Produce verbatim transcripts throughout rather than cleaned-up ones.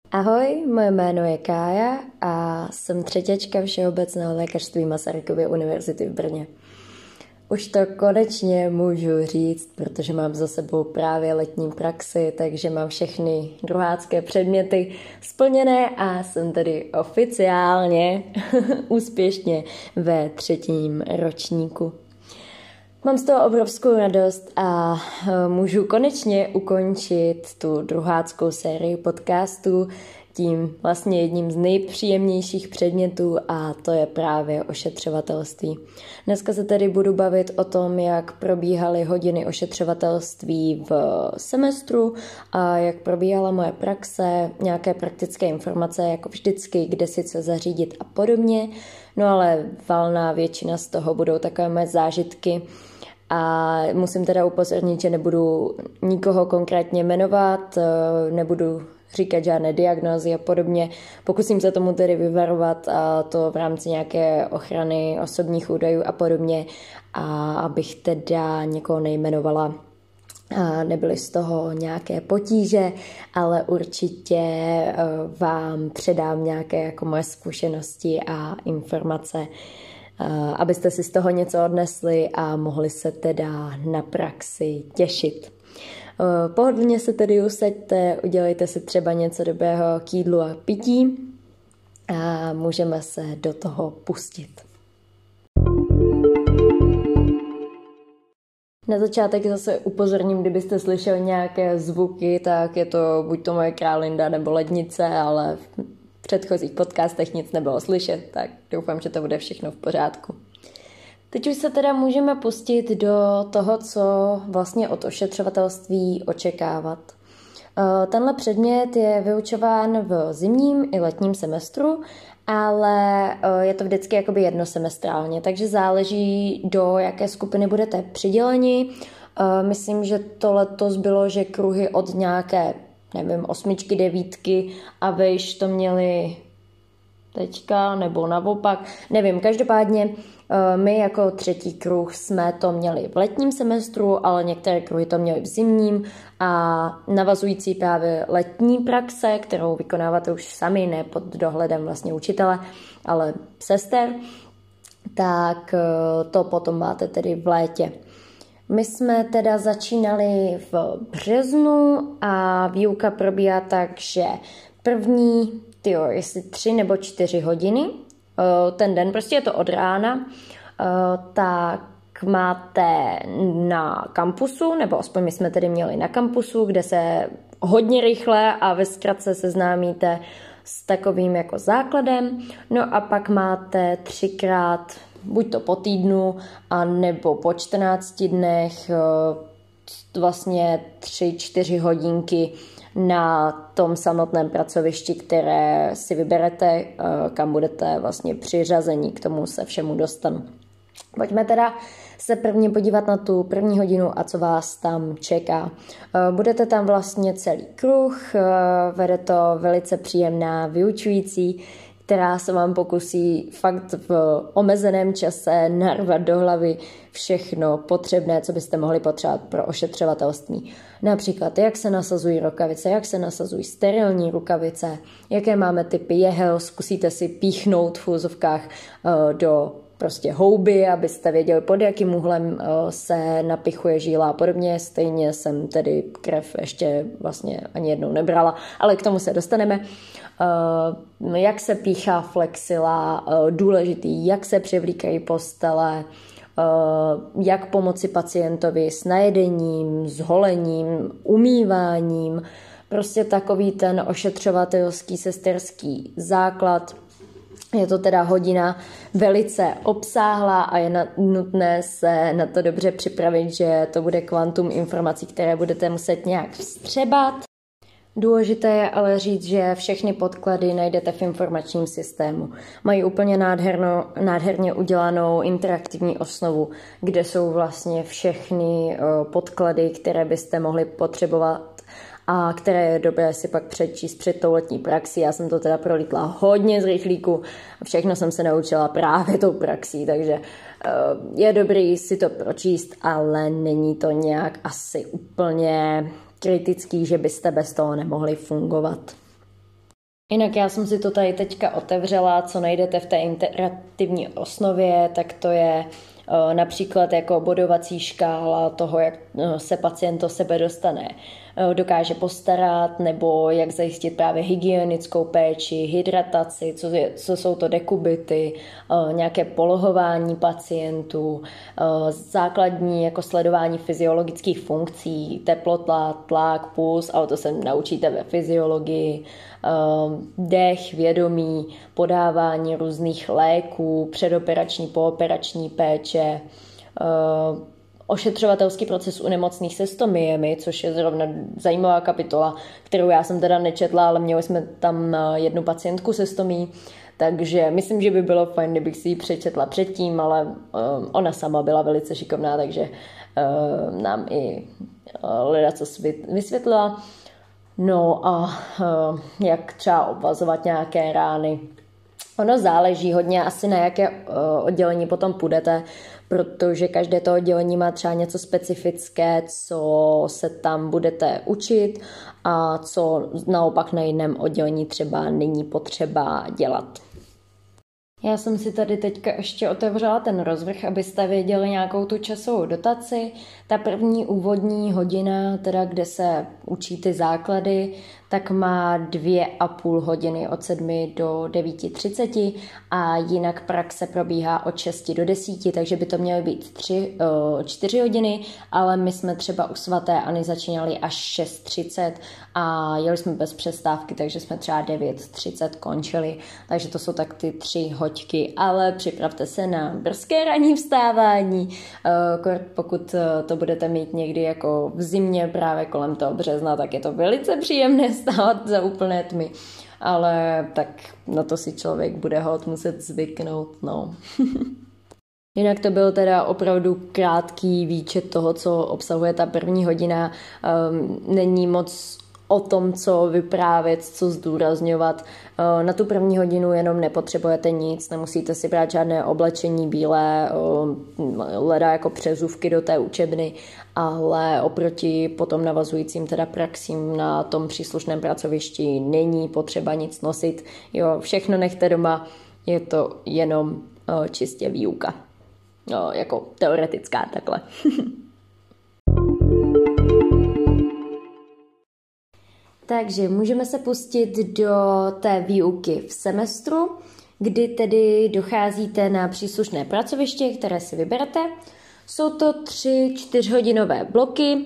Ahoj, moje jméno je Kája a jsem třetěčka Všeobecného lékařství Masarykovy univerzity v Brně. Už to konečně můžu říct, protože mám za sebou právě letní praxi, takže mám všechny druhácké předměty splněné a jsem tedy oficiálně úspěšně ve třetím ročníku. Mám z toho obrovskou radost a můžu konečně ukončit tu druháckou sérii podcastů tím vlastně jedním z nejpříjemnějších předmětů a to je právě ošetřovatelství. Dneska se tedy budu bavit o tom, jak probíhaly hodiny ošetřovatelství v semestru a jak probíhala moje praxe, nějaké praktické informace jako vždycky, kde si co zařídit a podobně. No ale valná většina z toho budou takové moje zážitky. A musím teda upozornit, že nebudu nikoho konkrétně jmenovat, nebudu říkat žádné diagnózy a podobně. Pokusím se tomu tedy vyvarovat a to v rámci nějaké ochrany osobních údajů a podobně, a abych teda někoho nejmenovala. A nebyly z toho nějaké potíže, ale určitě vám předám nějaké jako moje zkušenosti a informace, abyste si z toho něco odnesli a mohli se teda na praxi těšit. Pohodlně se tedy usaďte, udělejte si třeba něco dobrého k jídlu a pití a můžeme se do toho pustit. Na začátek zase upozorním, kdybyste slyšeli nějaké zvuky, tak je to buď to moje králinda nebo lednice, ale v předchozích podcastech nic nebylo slyšet, tak doufám, že to bude všechno v pořádku. Teď už se teda můžeme pustit do toho, co vlastně od ošetřovatelství očekávat. Tenhle předmět je vyučován v zimním i letním semestru, ale je to vždycky jakoby jednosemestrálně, takže záleží, do jaké skupiny budete přiděleni. Myslím, že to letos bylo, že kruhy od nějaké, nevím, osmičky, devítky a vejš to měli teďka nebo naopak, nevím, každopádně my jako třetí kruh jsme to měli v letním semestru, ale některé kruhy to měly v zimním a navazující právě letní praxe, kterou vykonáváte už sami, ne pod dohledem vlastně učitele, ale sester, tak to potom máte tedy v létě. My jsme teda začínali v březnu a výuka probíhá tak, že první, tyjo, jestli tři nebo čtyři hodiny, ten den, prostě je to od rána, tak máte na kampusu, nebo aspoň my jsme tedy měli na kampusu, kde se hodně rychle a ve zkratce seznámíte s takovým jako základem, no a pak máte třikrát, buď to po týdnu, a nebo po čtrnácti dnech, vlastně tři, čtyři hodinky na tom samotném pracovišti, které si vyberete, kam budete vlastně přiřazení, k tomu se všemu dostanu. Pojďme teda se prvně podívat na tu první hodinu a co vás tam čeká. Budete tam vlastně celý kruh, vede to velice příjemná vyučující, která se vám pokusí fakt v omezeném čase narvat do hlavy všechno potřebné, co byste mohli potřebovat pro ošetřovatelství. Například, jak se nasazují rukavice, jak se nasazují sterilní rukavice, jaké máme typy jehel, zkusíte si píchnout v úzovkách do prostě houby, abyste věděli, pod jakým úhlem se napichuje žíla a podobně. Stejně jsem tedy krev ještě vlastně ani jednou nebrala, ale k tomu se dostaneme. Jak se píchá flexila, důležitý, jak se převlíkají postele, jak pomoci pacientovi s najedením, s holením, umýváním, prostě takový ten ošetřovatelský sesterský základ. Je to teda hodina velice obsáhlá a je nutné se na to dobře připravit, že to bude kvantum informací, které budete muset nějak vstřebat. Důležité je ale říct, že všechny podklady najdete v informačním systému. Mají úplně nádherno, nádherně udělanou interaktivní osnovu, kde jsou vlastně všechny podklady, které byste mohli potřebovat a které je dobré si pak přečíst před tou letní praxí. Já jsem to teda prolítla hodně z rychlíku, všechno jsem se naučila právě tou praxí, takže je dobrý si to pročíst, ale není to nějak asi úplně kritický, že byste bez toho nemohli fungovat. Jinak já jsem si to tady teďka otevřela, co najdete v té interaktivní osnově, tak to je například jako bodovací škála toho, jak se pacient o sebe dostane, dokáže postarat, nebo jak zajistit právě hygienickou péči, hydrataci, co, je, co jsou to dekubity, nějaké polohování pacientů, základní jako sledování fyziologických funkcí, teplota, tlak, puls, ale to se naučíte ve fyziologii, dech, vědomí, podávání různých léků, předoperační, pooperační péče, ošetřovatelský proces u nemocných se stomiemi, což je zrovna zajímavá kapitola, kterou já jsem teda nečetla, ale měli jsme tam jednu pacientku se stomí, takže myslím, že by bylo fajn, kdybych si ji přečetla předtím, ale ona sama byla velice šikovná, takže nám i ledacos vysvětlila. No a jak třeba obvazovat nějaké rány. Ono záleží hodně asi na jaké oddělení potom půjdete, protože každé to oddělení má třeba něco specifické, co se tam budete učit a co naopak na jiném oddělení třeba není potřeba dělat. Já jsem si tady teďka ještě otevřela ten rozvrh, abyste věděli nějakou tu časovou dotaci. Ta první úvodní hodina, teda kde se učí ty základy, tak má dvě a půl hodiny od sedmi do devíti třiceti a jinak praxe probíhá od šesti do desíti, takže by to měly být tři, čtyři hodiny, ale my jsme třeba u svaté Anny začínali až šest třicet a jeli jsme bez přestávky, takže jsme třeba devět třicet končili, takže to jsou tak ty tři hoďky, ale připravte se na brzké ranní vstávání, pokud to budete mít někdy jako v zimě právě kolem toho března, tak je to velice příjemné stávat za úplné tmy, ale tak na to si člověk bude hod muset zvyknout, no. Jinak to byl teda opravdu krátký výčet toho, co obsahuje ta první hodina. Um, není moc o tom, co vyprávět, co zdůrazňovat. Na tu první hodinu jenom nepotřebujete nic, nemusíte si brát žádné oblečení bílé, leda jako přezůvky do té učebny, ale oproti potom navazujícím teda praxím na tom příslušném pracovišti není potřeba nic nosit. Jo, všechno nechte doma, je to jenom čistě výuka. No, jako teoretická takhle. Takže můžeme se pustit do té výuky v semestru, kdy tedy docházíte na příslušné pracoviště, které si vyberete. Jsou to tři čtyřhodinové bloky,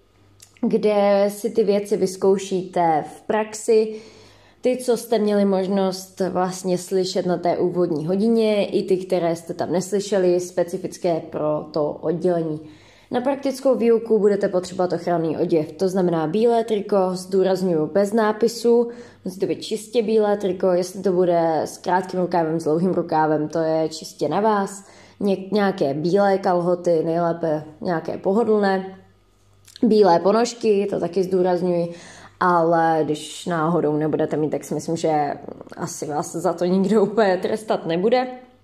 kde si ty věci vyzkoušíte v praxi. Ty, co jste měli možnost vlastně slyšet na té úvodní hodině, i ty, které jste tam neslyšeli, specifické pro to oddělení. Na praktickou výuku budete potřebovat ochranný oděv, to znamená bílé triko, zdůrazňuji bez nápisu, musí to být čistě bílé triko, jestli to bude s krátkým rukávem, s dlouhým rukávem, to je čistě na vás, Ně- nějaké bílé kalhoty, nejlépe nějaké pohodlné, bílé ponožky, to taky zdůrazňuji, ale když náhodou nebudete mít, tak si myslím, že asi vás za to nikdo úplně trestat nebude.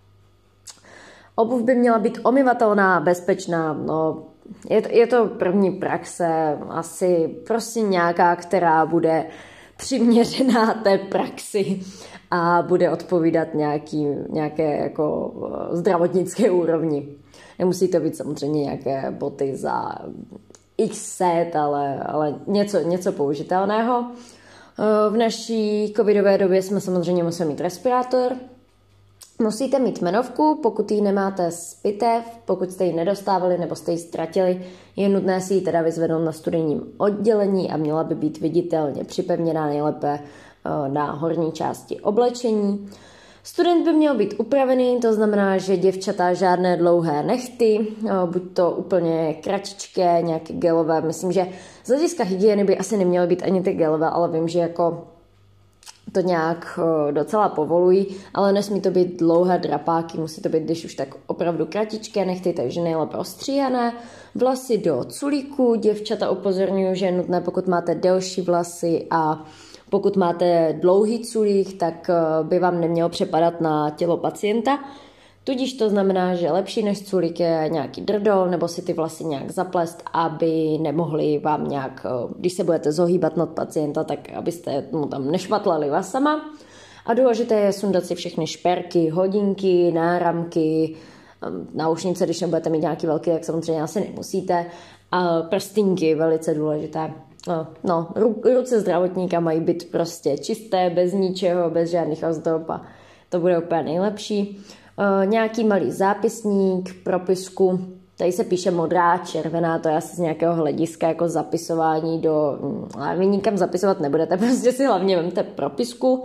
Obuv by měla být omyvatelná, bezpečná, no, je to, je to první praxe, asi prostě nějaká, která bude přiměřená té praxi a bude odpovídat nějaký, nějaké jako zdravotnické úrovni. Nemusí to být samozřejmě nějaké boty za x set, ale, ale něco, něco použitelného. V naší covidové době jsme samozřejmě museli mít respirátor. Musíte mít jmenovku, pokud ji nemáte z pitev, pokud jste ji nedostávali nebo jste ji ztratili, je nutné si ji teda vyzvednout na studijním oddělení a měla by být viditelně připevněná nejlépe na horní části oblečení. Student by měl být upravený, to znamená, že děvčata žádné dlouhé nehty, buď to úplně kratičké, nějaké gelové. Myslím, že z hlediska hygieny by asi neměly být ani ty gelové, ale vím, že jako to nějak docela povolují, ale nesmí to být dlouhé drapáky, musí to být, když už tak opravdu kratičké nehty, takže nejlépe ostříhané. Vlasy do culíku, děvčata upozorňuji, že je nutné, pokud máte delší vlasy a pokud máte dlouhý culík, tak by vám nemělo přepadat na tělo pacienta. Tudíž to znamená, že lepší než culík je nějaký drdol nebo si ty vlasy nějak zaplést, aby nemohli vám nějak, když se budete zohýbat nad pacienta, tak abyste mu tam nešvatlali vlasama. A důležité je sundat si všechny šperky, hodinky, náramky, náušnice, když nebudete mít nějaký velký, tak samozřejmě asi nemusíte. A prstínky, velice důležité. No, no, ruce zdravotníka mají být prostě čisté, bez ničeho, bez žádných ozdob a to bude úplně nejlepší. E, nějaký malý zápisník, propisku, tady se píše modrá, červená, to je asi z nějakého hlediska jako zapisování do... Ale vy nikam zapisovat nebudete, prostě si hlavně vemte propisku.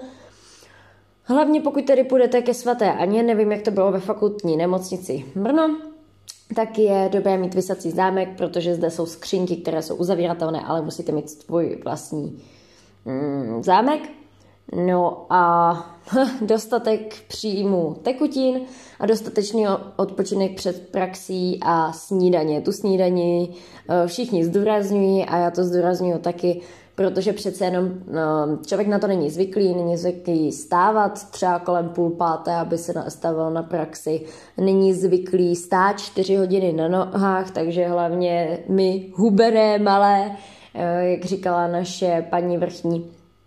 Hlavně pokud tedy půjdete ke svaté Aně, nevím, jak to bylo ve fakultní nemocnici Brno, tak je dobré mít visací zámek, protože zde jsou skřínky, které jsou uzavíratelné, ale musíte mít svůj vlastní mm, zámek. No a dostatek příjmu tekutin a dostatečný odpočinek před praxí a snídaně. Tu snídaní všichni zdůrazňují a já to zdůrazňuji taky, protože přece jenom no, člověk na to není zvyklý, není zvyklý stávat třeba kolem půl páté, aby se nastavil na praxi, není zvyklý stát čtyři hodiny na nohách, takže hlavně my hubené, malé, jak říkala naše paní vrchní,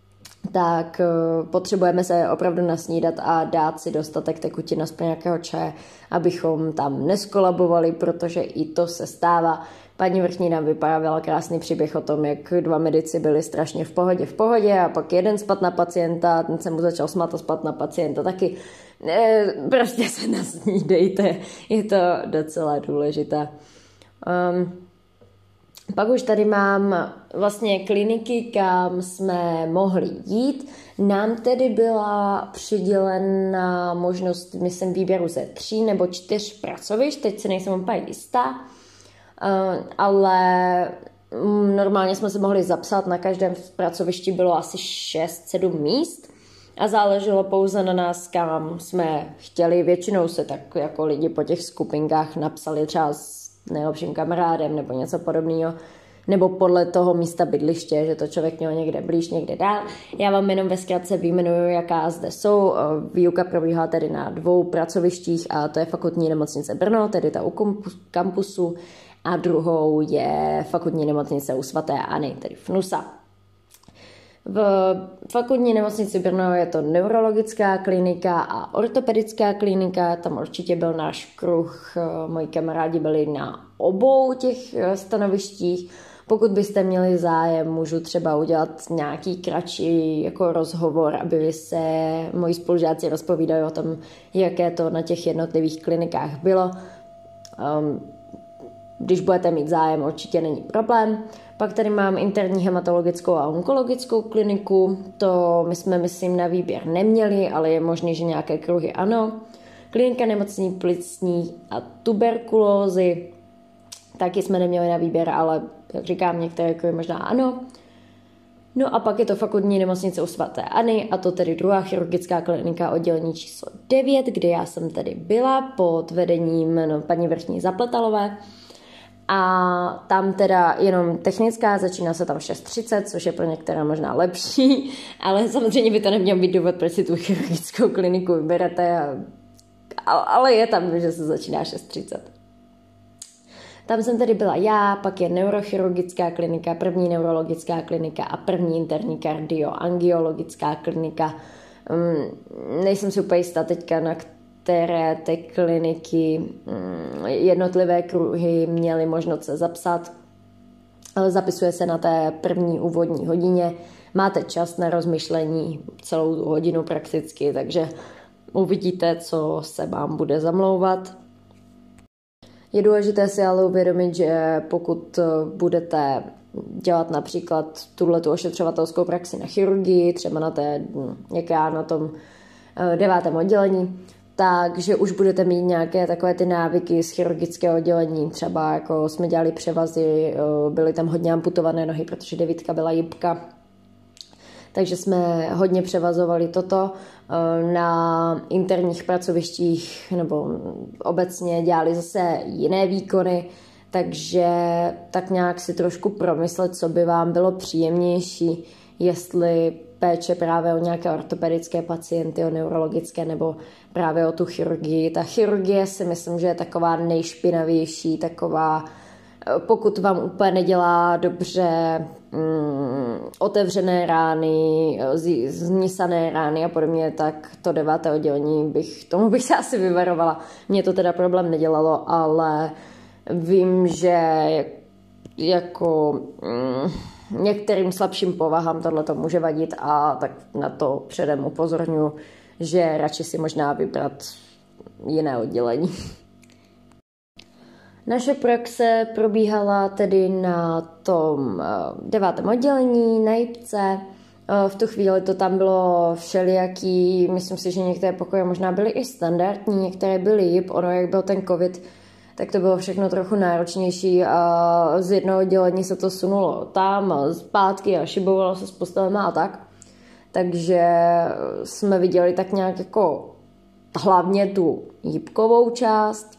tak potřebujeme se opravdu nasnídat a dát si dostatek tekutin aspoň nějakého čaje, abychom tam neskolabovali, protože i to se stává. Paní vrchní nám vyprávěla krásný příběh o tom, jak dva medici byli strašně v pohodě, v pohodě a pak jeden spad na pacienta, ten se mu začal smát a spad na pacienta taky. E, prostě se nasnídejte, je to docela důležité. Um, Pak už tady mám vlastně kliniky, kam jsme mohli jít. Nám tedy byla přidělena možnost, myslím, výběru ze tří nebo čtyř pracovišť, teď si nejsem úplně jistá, ale normálně jsme se mohli zapsat, na každém pracovišti bylo asi šest sedm míst a záleželo pouze na nás, kam jsme chtěli. Většinou se tak jako lidi po těch skupinkách napsali třeba s nejlepším kamarádem nebo něco podobného, nebo podle toho místa bydliště, že to člověk měl někde blíž, někde dál. Já vám jenom ve zkratce vyjmenuju, jaká zde jsou. Výuka probíhá tedy na dvou pracovištích a to je Fakultní nemocnice Brno, tedy ta u kampusu, a druhou je Fakultní nemocnice u svaté Anny, tedy FNUSA. V Fakultní nemocnici Brno je to neurologická klinika a ortopedická klinika, tam určitě byl náš kruh, moji kamarádi byli na obou těch stanovištích. Pokud byste měli zájem, můžu třeba udělat nějaký kratší jako rozhovor, aby se moji spolužáci rozpovídali o tom, jaké to na těch jednotlivých klinikách bylo. Um, Když budete mít zájem, určitě není problém. Pak tady mám interní hematologickou a onkologickou kliniku. To my jsme, myslím, na výběr neměli, ale je možné, že nějaké kruhy ano. Klinika nemocní plicní a tuberkulózy. Taky jsme neměli na výběr, ale jak říkám, některé kruhy možná ano. No a pak je to Fakultní nemocnice u svaté Anny a to tedy druhá chirurgická klinika oddělení číslo devět, kde já jsem tedy byla pod vedením no, paní vrchní Zapletalové. A tam teda jenom technická, začíná se tam šest třicet, což je pro některé možná lepší, ale samozřejmě by to neměl být důvod, proč si tu chirurgickou kliniku vyberete, a, ale je tam, že se začíná šest třicet. Tam jsem tedy byla já, pak je neurochirurgická klinika, první neurologická klinika a první interní kardioangiologická klinika. Um, nejsem si úplně jistá teďka, na které ty kliniky, jednotlivé kruhy měly možnost se zapsat, ale zapisuje se na té první úvodní hodině. Máte čas na rozmyšlení celou hodinu prakticky, takže uvidíte, co se vám bude zamlouvat. Je důležité si ale uvědomit, že pokud budete dělat například tuhletu ošetřovatelskou praxi na chirurgii, třeba na té, jak já na tom devátém oddělení, takže už budete mít nějaké takové ty návyky z chirurgického oddělení. Třeba jako jsme dělali převazy, byly tam hodně amputované nohy, protože devítka byla jibka. Takže jsme hodně převazovali toto. Na interních pracovištích nebo obecně dělali zase jiné výkony, takže tak nějak si trošku promyslet, co by vám bylo příjemnější, jestli péče právě o nějaké ortopedické pacienty, o neurologické nebo právě o tu chirurgii. Ta chirurgie si myslím, že je taková nejšpinavější, taková, pokud vám úplně nedělá dobře mm, otevřené rány, znisané rány a podobně, tak to deváté oddělení bych, tomu bych se asi vyvarovala. Mně to teda problém nedělalo, ale vím, že jako mm, některým slabším povahám tohle to může vadit a tak na to předem upozorňuji, že radši si možná vybrat jiné oddělení. Naše praxe probíhala tedy na tom devátém oddělení, na jipce. V tu chvíli to tam bylo všelijaký, myslím si, že některé pokoje možná byly i standardní, některé byly jip, ono jak byl ten covid, tak to bylo všechno trochu náročnější a z jednoho oddělení se to sunulo tam zpátky a šibovalo se s postelema a tak. Takže jsme viděli tak nějak jako hlavně tu jipkovou část.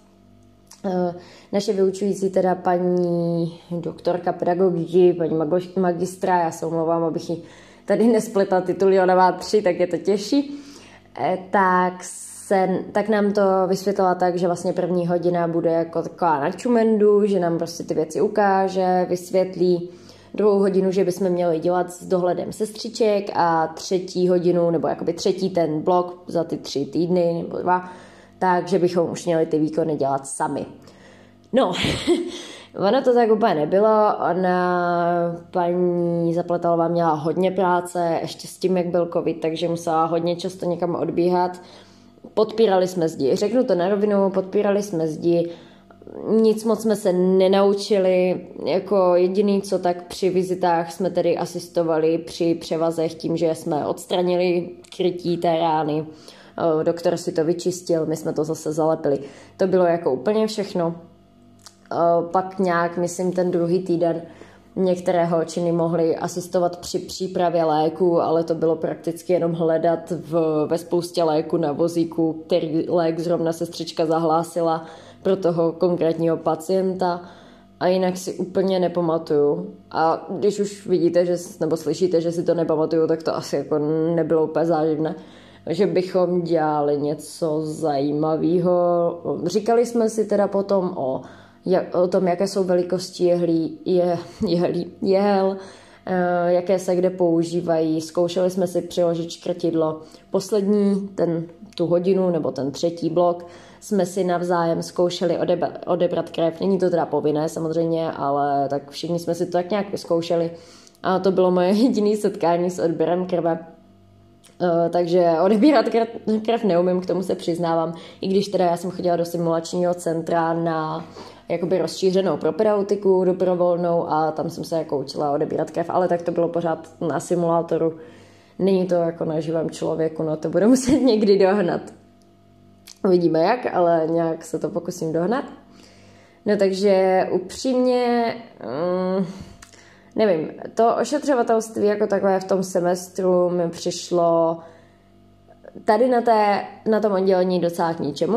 Naše vyučující, teda paní doktorka pedagogiky, paní magistra, já se omlouvám, abych ji tady nespletla tituly, ona má tři, tak je to těžší, tak, se, tak nám to vysvětlila tak, že vlastně první hodina bude jako taková na čumendu, že nám prostě ty věci ukáže, vysvětlí. Druhou hodinu, že bychom měli dělat s dohledem sestřiček a třetí hodinu, nebo jakoby třetí ten blok za ty tři týdny nebo dva, takže bychom už měli ty výkony dělat sami. No, ono to tak úplně nebylo, ona, paní Zapletalová měla hodně práce, ještě s tím, jak byl covid, takže musela hodně často někam odbíhat. Podpírali jsme zdi, řeknu to na rovinu, podpírali jsme zdi, nic moc jsme se nenaučili, jako jediný, co tak při vizitách jsme tedy asistovali při převazech tím, že jsme odstranili krytí té rány. Doktor si to vyčistil, my jsme to zase zalepili. To bylo jako úplně všechno. Pak nějak, myslím, ten druhý týden některé holčiny mohly asistovat při přípravě léku, ale to bylo prakticky jenom hledat v, ve spoustě léku na vozíku, který lék zrovna sestřička zahlásila pro toho konkrétního pacienta a jinak si úplně nepamatuju. A když už vidíte, že, nebo slyšíte, že si to nepamatuju, tak to asi jako nebylo úplně záživné, že bychom dělali něco zajímavého. Říkali jsme si teda potom o, o tom, jaké jsou velikosti jehlí, je, jehlí, jehel, jaké se kde používají. Zkoušeli jsme si přiložit škrtidlo. Poslední, ten, tu hodinu nebo ten třetí blok, jsme si navzájem zkoušeli odebrat, odebrat krev. Není to teda povinné samozřejmě, ale tak všichni jsme si to tak nějak vyzkoušeli. A to bylo moje jediné setkání s odběrem krve. Uh, takže odebírat krev, krev neumím, k tomu se přiznávám, i když teda já jsem chodila do simulačního centra na jakoby rozšířenou propedeutiku dobrovolnou a tam jsem se jako učila odebírat krev, ale tak to bylo pořád na simulátoru. Není to jako na živém člověku, no to budu muset někdy dohnat. Uvidíme jak, ale nějak se to pokusím dohnat. No takže upřímně... Um, Nevím, to ošetřovatelství jako takové v tom semestru mi přišlo tady na, té, na tom oddělení docela k ničemu,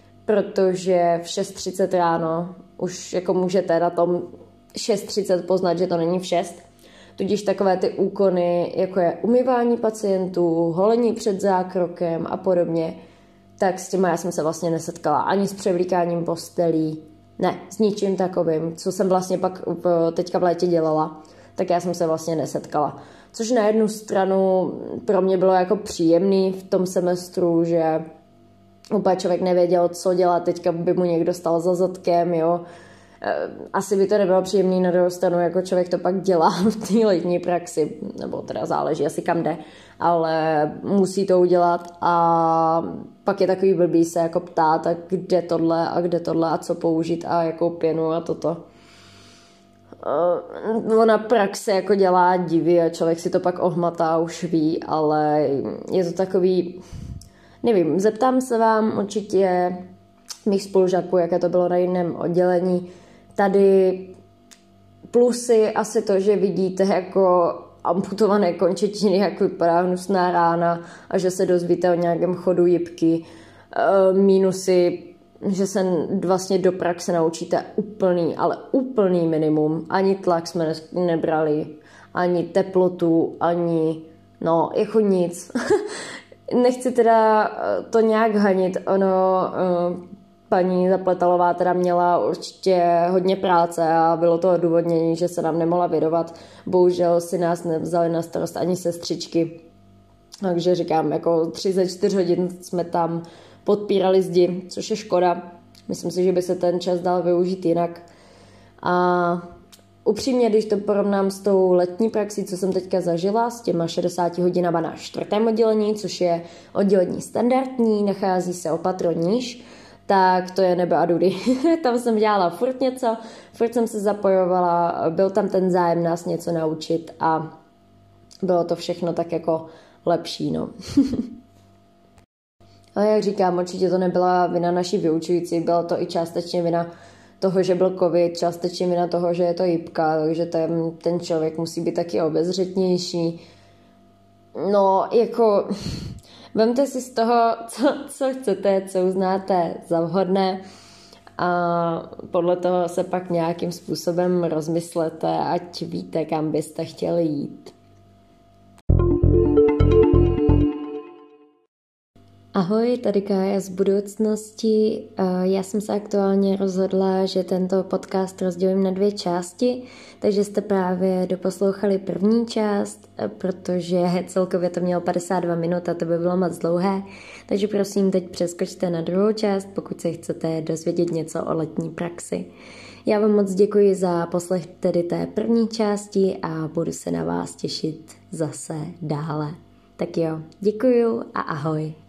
protože v šest třicet ráno už jako můžete na tom šest třicet poznat, že to není v šest. Tudíž takové ty úkony, jako je umývání pacientů, holení před zákrokem a podobně, tak s těma já jsem se vlastně nesetkala ani s převlíkáním postelí, ne, s ničím takovým, co jsem vlastně pak v, teďka v létě dělala, tak já jsem se vlastně nesetkala. Což na jednu stranu pro mě bylo jako příjemný v tom semestru, že úplně člověk nevěděl, co dělat, teďka by mu někdo stal za zadkem, jo. Asi by to nebylo příjemný, na druhou stranu, jako člověk to pak dělá v té letní praxi, nebo teda záleží asi kam jde, ale musí to udělat a pak je takový blbý se jako ptát, a kde tohle a kde tohle a co použít a jakou pěnu a toto. Uh, ona praxe jako dělá divy a člověk si to pak ohmatá a už ví, ale je to takový, nevím, zeptám se vám určitě mých spolužáků, jaké to bylo na jiném oddělení. Tady plusy asi to, že vidíte jako amputované končetiny, jak vypadá hnusná rána a že se dozvíte o nějakém chodu jipky. Uh, minusy, že se vlastně do praxe naučíte úplný, ale úplný minimum. Ani tlak jsme nebrali, ani teplotu, ani no, jako nic. Nechci teda to nějak hanit, ono, paní Zapletalová teda měla určitě hodně práce a bylo to odůvodnění, že se nám nemohla věnovat. Bohužel si nás nevzali na starost ani sestřičky. Takže říkám, jako tři ze čtyř hodin jsme tam podpírali zdi, což je škoda. Myslím si, že by se ten čas dal využít jinak. A upřímně, když to porovnám s tou letní praxí, co jsem teďka zažila, s těma šedesáti hodinama na čtvrtém oddělení, což je oddělení standardní, nachází se o patro níž, tak to je nebe a dudy. Tam jsem dělala furt něco, furt jsem se zapojovala, byl tam ten zájem nás něco naučit a bylo to všechno tak jako lepší, no. Ale jak říkám, určitě to nebyla vina naší vyučující, byla to i částečně vina toho, že byl covid, částečně vina toho, že je to jipka, takže ten, ten člověk musí být taky obezřetnější. No, jako, vemte si z toho, co, co chcete, co uznáte za vhodné a podle toho se pak nějakým způsobem rozmyslete, ať víte, kam byste chtěli jít. Ahoj, tady Kája z budoucnosti. Já jsem se aktuálně rozhodla, že tento podcast rozdělím na dvě části, takže jste právě doposlouchali první část, protože celkově to mělo padesát dva minut a to by bylo moc dlouhé, takže prosím teď přeskočte na druhou část, pokud se chcete dozvědět něco o letní praxi. Já vám moc děkuji za poslech tedy té první části a budu se na vás těšit zase dále. Tak jo, děkuju a ahoj.